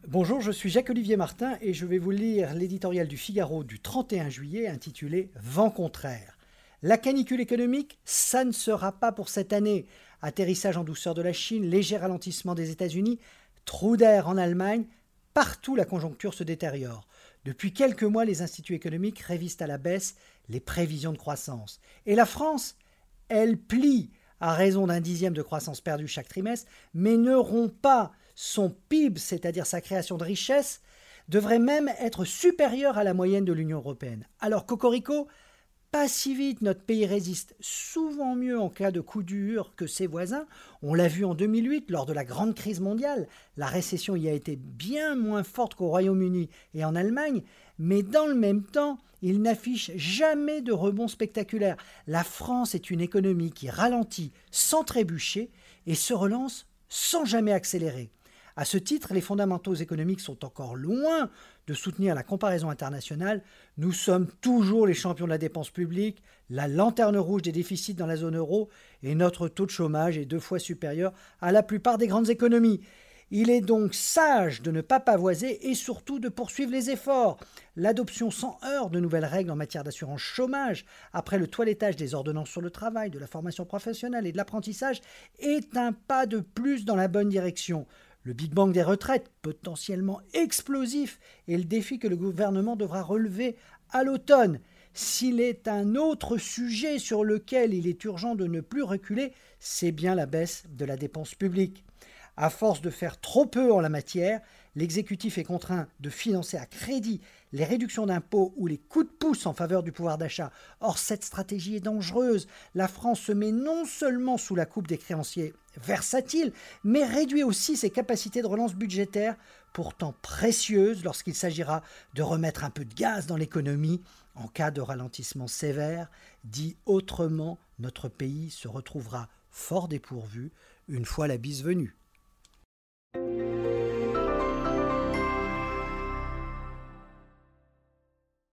Bonjour, je suis Jacques-Olivier Martin et je vais vous lire l'éditorial du Figaro du 31 juillet intitulé « Vent contraire ». La canicule économique, ça ne sera pas pour cette année. Atterrissage en douceur de la Chine, léger ralentissement des États-Unis, trou d'air en Allemagne, partout la conjoncture se détériore. Depuis quelques mois, les instituts économiques révisent à la baisse les prévisions de croissance. Et la France, elle plie à raison d'un dixième de croissance perdue chaque trimestre, mais ne rompt pas. Son PIB, c'est-à-dire sa création de richesse, devrait même être supérieur à la moyenne de l'Union européenne. Alors, cocorico, pas si vite, notre pays résiste souvent mieux en cas de coup dur que ses voisins. On l'a vu en 2008, lors de la grande crise mondiale. La récession y a été bien moins forte qu'au Royaume-Uni et en Allemagne, mais dans le même temps, il n'affiche jamais de rebond spectaculaire. La France est une économie qui ralentit sans trébucher et se relance sans jamais accélérer. À ce titre, les fondamentaux économiques sont encore loin de soutenir la comparaison internationale. Nous sommes toujours les champions de la dépense publique, la lanterne rouge des déficits dans la zone euro et notre taux de chômage est 2 fois supérieur à la plupart des grandes économies. Il est donc sage de ne pas pavoiser et surtout de poursuivre les efforts. L'adoption sans heurts de nouvelles règles en matière d'assurance chômage, après le toilettage des ordonnances sur le travail, de la formation professionnelle et de l'apprentissage, est un pas de plus dans la bonne direction. Le Big Bang des retraites, potentiellement explosif, est le défi que le gouvernement devra relever à l'automne. S'il est un autre sujet sur lequel il est urgent de ne plus reculer, c'est bien la baisse de la dépense publique. À force de faire trop peu en la matière, l'exécutif est contraint de financer à crédit les réductions d'impôts ou les coups de pouce en faveur du pouvoir d'achat. Or, cette stratégie est dangereuse. La France se met non seulement sous la coupe des créanciers versatiles, mais réduit aussi ses capacités de relance budgétaire, pourtant précieuses lorsqu'il s'agira de remettre un peu de gaz dans l'économie en cas de ralentissement sévère. Dit autrement, notre pays se retrouvera fort dépourvu une fois la bise venue.